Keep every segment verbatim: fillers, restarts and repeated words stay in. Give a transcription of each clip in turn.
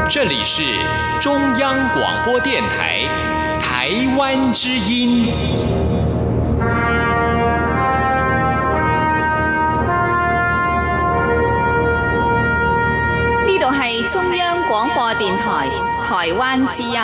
这里是中央广播电台台湾之音。 呢度係中央廣播電台台灣之音。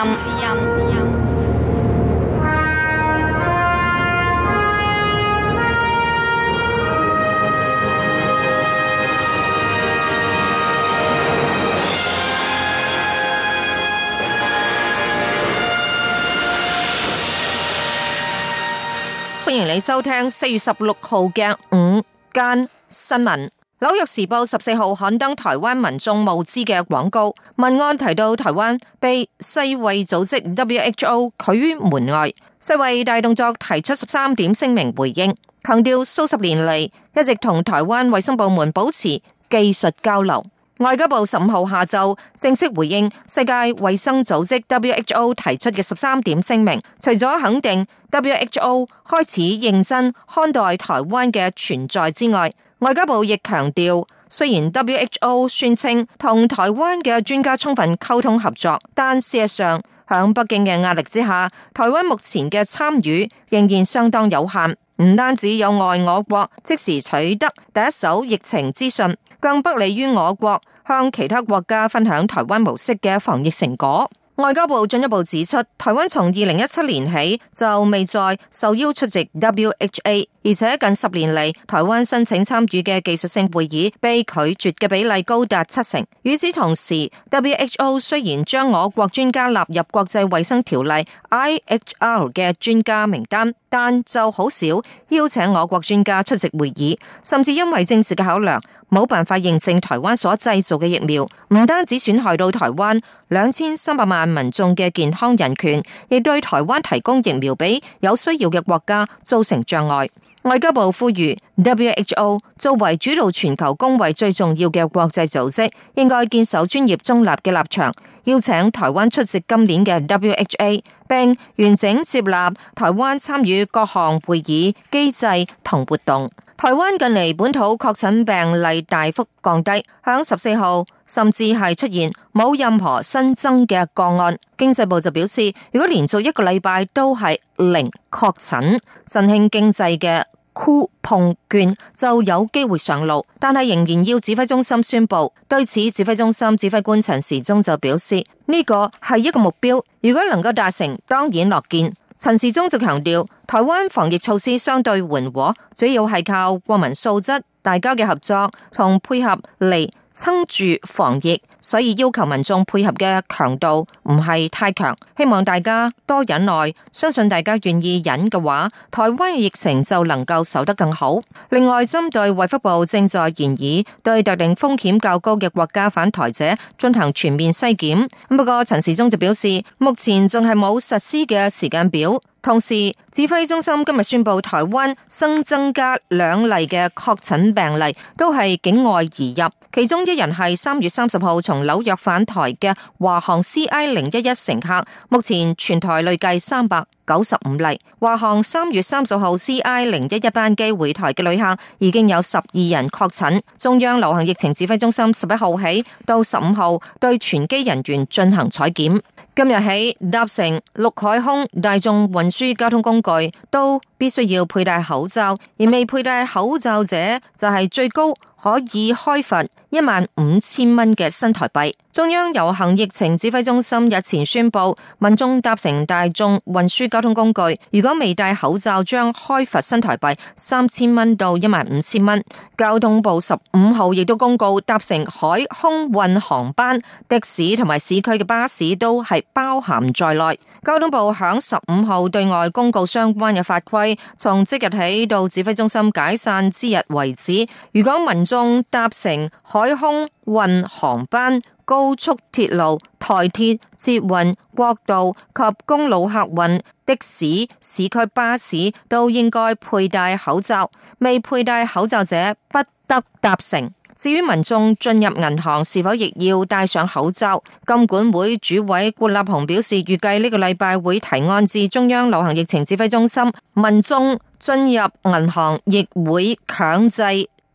歡迎你收聽四月十六號嘅午間新聞。紐約時報十四號刊登台灣民眾募資嘅廣告，文案提到台灣被世衛組織 W H O 拒於門外，世衛大動作提出十三點聲明回應，強調數十年嚟一直同台灣衛生部門保持技術交流。外交部十五號下晝正式回應世界衛生組織 W H O 提出嘅十三點聲明，除咗肯定 W H O 開始認真看待台灣嘅存在之外，外交部亦強調，雖然 W H O 宣稱同台灣嘅專家充分溝通合作，但事實上響北京嘅壓力之下，台灣目前嘅參與仍然相當有限。唔單止有礙我國即時取得第一手疫情資訊，更不利於我國向其他國家分享台灣模式嘅防疫成果。外交部進一步指出，台灣從二零一七年起就未再受邀出席 W H A， 而且近十年嚟，台灣申請參與嘅技術性會議被拒絕嘅比例高達七成。與此同時 ，W H O 雖然將我國專家納入國際衛生條例 I H R 嘅專家名單，但就好少邀請我國專家出席會議，甚至因為政治嘅考量，冇辦法認證台灣所製造嘅疫苗，唔單止損害到台灣兩千三百萬民眾嘅健康人權，亦對台灣提供疫苗俾有需要嘅國家造成障礙。外交部呼籲 W H O 作為主導全球公衛最重要嘅國際組織，應該堅守專業中立嘅立場，邀請台灣出席今年嘅 W H A， 並完整接納台灣參與各項會議機制同活動。台灣近嚟本土確診病例大幅降低，響十四號甚至係出現冇任何新增嘅個案。經濟部就表示，如果連續一個禮拜都係零確診，振興經濟嘅酷碰券就有機會上路，但係仍然要指揮中心宣布。對此，指揮中心指揮官陳時中就表示，呢個係一個目標，如果能夠達成，當然樂見。陳時中就強調，台灣防疫措施相對緩和，主要係靠國民素質、大家嘅合作同配合嚟撐住防疫，所以要求民眾配合嘅強度唔係太強，希望大家多忍耐，相信大家願意忍嘅話，台灣嘅疫情就能夠守得更好。另外，針對衛福部正在研議對特定風險較高嘅國家返台者進行全面篩檢，不過陳時中就表示，目前仲係冇實施嘅時間表。同時，指揮中心今日宣布，台灣新增加兩例嘅確診病例，都係境外移入，其中一人係三月三十號從紐約返台嘅華航 C I 零一一乘客，目前全台累計三百九十五例。華航三月三十號 C I 零一一班機回台嘅旅客已經有十二人確診。中央流行疫情指揮中心十一號起到十五號對全機人員進行採檢。今日起搭乘陸海空大眾運輸交通工具都必須要佩戴口罩，而未佩戴口罩者就係最高可以開罰一萬五千蚊嘅新台幣。中央流行疫情指揮中心日前宣布，民眾搭乘大眾運輸交通工具，如果未戴口罩，將開罰新台幣三千蚊到一萬五千蚊。交通部十五號亦都公告，搭乘海空運航班、的士同埋市區嘅巴士都係包含在內。交通部響十五號對外公告相關嘅法規，從即日起到指揮中心解散之日為止，如果民眾搭乘海空運航班、高速鐵路、台鐵、捷運、國道及公路客運、的士、市區巴士都應該佩戴口罩，未佩戴口罩者不得搭乘。至於民眾進入銀行是否亦要戴上口罩，金管會主委郭立雄表示，預計呢個禮拜會提案至中央流行疫情指揮中心，民眾進入銀行亦會強制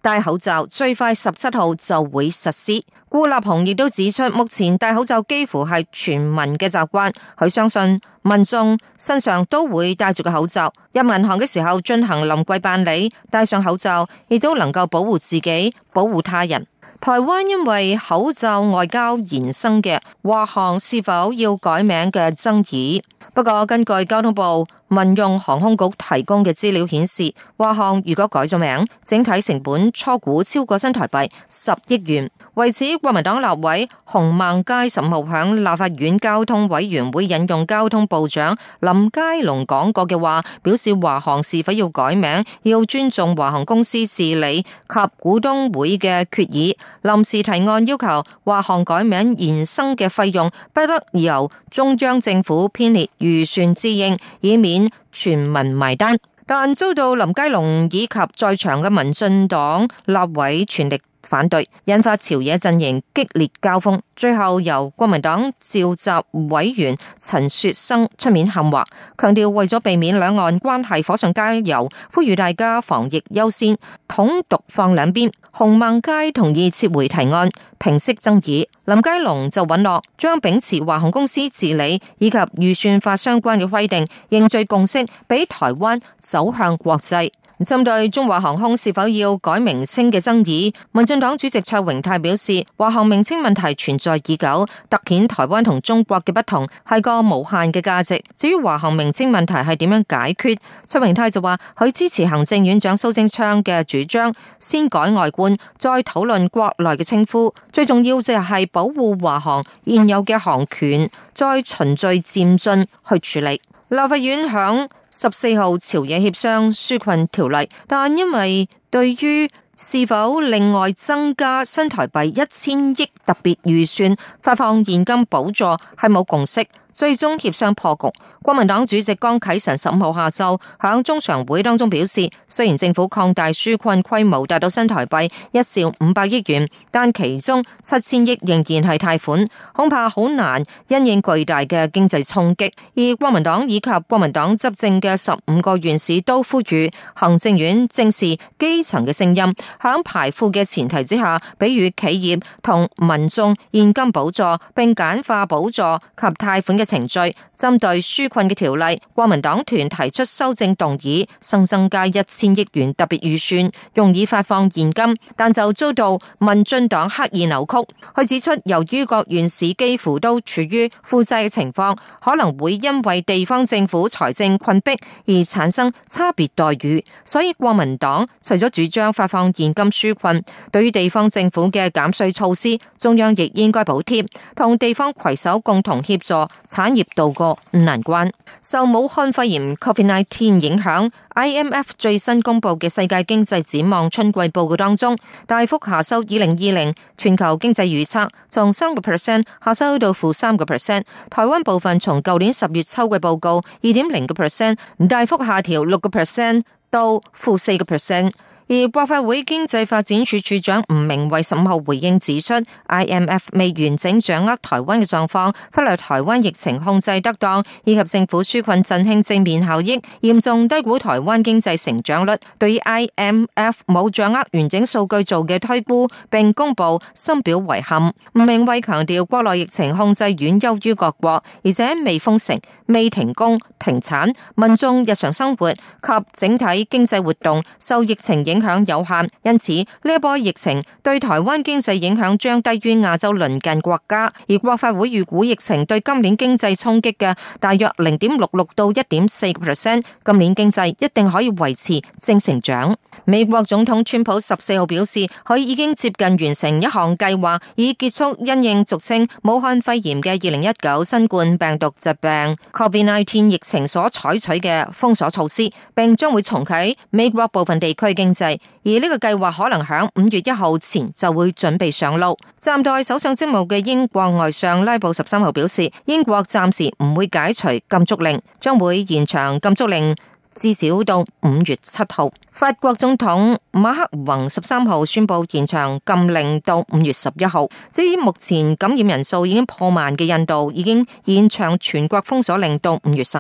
戴口罩最快十七號就會實施。顧立雄亦都指出，目前戴口罩幾乎係全民嘅習慣，佢相信民眾身上都會戴住個口罩，入銀行嘅時候進行臨櫃辦理，戴上口罩亦都能夠保護自己、保護他人。台灣因為口罩外交延伸嘅華航是否要改名嘅爭議，不過根據交通部民用航空局提供嘅資料顯示，華航如果改咗名，整體成本初估超過新台幣十億元。為此，國民黨立委洪孟楷十五號響立法院交通委員會引用交通部長林佳龍講過嘅話，表示華航是否要改名，要尊重華航公司治理及股東會嘅決議。臨時提案要求華航改名延伸嘅費用不得由中央政府編列預算支應，以免全民埋單，但遭到林佳龍以及在場嘅民進黨立委全力反對，引發朝野陣營激烈交鋒，最後由國民黨召集委員陳雪生出面喊話，強調為咗避免兩岸關係火上加油，呼籲大家防疫優先，統獨放兩邊。洪孟楷同意撤回提案，平息爭議。林佳龍就允諾將秉持華航公司治理以及預算法相關嘅規定，凝聚共識，俾台灣走向國際。針對中華航空是否要改名稱嘅爭議，民進黨主席卓榮泰表示，華航名稱問題存在已久，凸顯台灣同中國嘅不同，係個無限嘅價值。至於華航名稱問題係點樣解決，卓榮泰就話佢支持行政院長蘇貞昌嘅主張，先改外觀，再討論國內嘅稱呼，最重要就係保護華航現有嘅航權，再循序漸進去處理。立法院響十四號朝野協商紓困條例，但因為對於是否另外增加新台幣一千億特別預算發放現金補助係冇共識，最終協商破局。國民黨主席江啟臣十五號下晝響中常會當中表示，雖然政府擴大紓困規模達到新台幣一兆五百億元，但其中七千億仍然係貸款，恐怕好難因應巨大嘅經濟衝擊。而國民黨以及國民黨執政嘅十五個縣市都呼籲行政院正視基層嘅聲音，響排富嘅前提之下，給予企業同民眾現金補助，並簡化補助及貸款嘅程序。針對紓困嘅條例，國民黨團提出修正動議，新增加一千億元特別預算，用以發放現金，但就遭到民進黨刻意扭曲。佢指出，由於各縣市幾乎都處於負債嘅情況，可能會因為地方政府財政困迫而產生差別待遇，所以國民黨除咗主張發放現金紓困，對於地方政府嘅減稅措施，中央亦應該補貼，同地方攜手共同協助產業渡過難關。受武漢肺炎 COVID 十九 影響， I M F 最新公布嘅世界經濟展望春季報告當中，大幅下修二零二零全球經濟預測，從三個 percent 下修到負三個 percent。台灣部分從舊年十月秋季報告二點零個 percent 大幅下調六個 percent 到負四個 percent。而國發會經濟發展處處長吳明慧十五號回應指出 ，I M F 未完整掌握台灣嘅狀況，忽略台灣疫情控制得當，以及政府紓困振興正面效益，嚴重低估台灣經濟成長率。對於 I M F 冇掌握完整數據做嘅推估並公布，深表遺憾。吳明慧強調，國內疫情控制遠優於各國，而且未封城、未停工停產，民眾日常生活及整體經濟活動受疫情影響有限，因此呢一波疫情對台灣經濟影響將低於亞洲鄰近國家。而國發會預估疫情對今年經濟衝擊嘅大約零點六六到一點四個 percent， 今年經濟一定可以維持正成長。美國總統川普十四號表示，佢已經接近完成一項計劃，以結束因應俗稱武漢肺炎嘅二零一九新冠病毒疾病 COVID 十九 疫情所採取嘅封鎖措施，並將會重啟美國部分地區經濟。而呢個計劃可能響五月一號前就會準備上路。暫代首相職務嘅英國外相拉布十三號表示，英國暫時唔會解除禁足令，將會延長禁足令至少到五月七號。法國總統馬克宏十三號宣布延長禁令到五月十一號。至於目前感染人數已經破萬嘅印度，已經延長全國封鎖令到五月十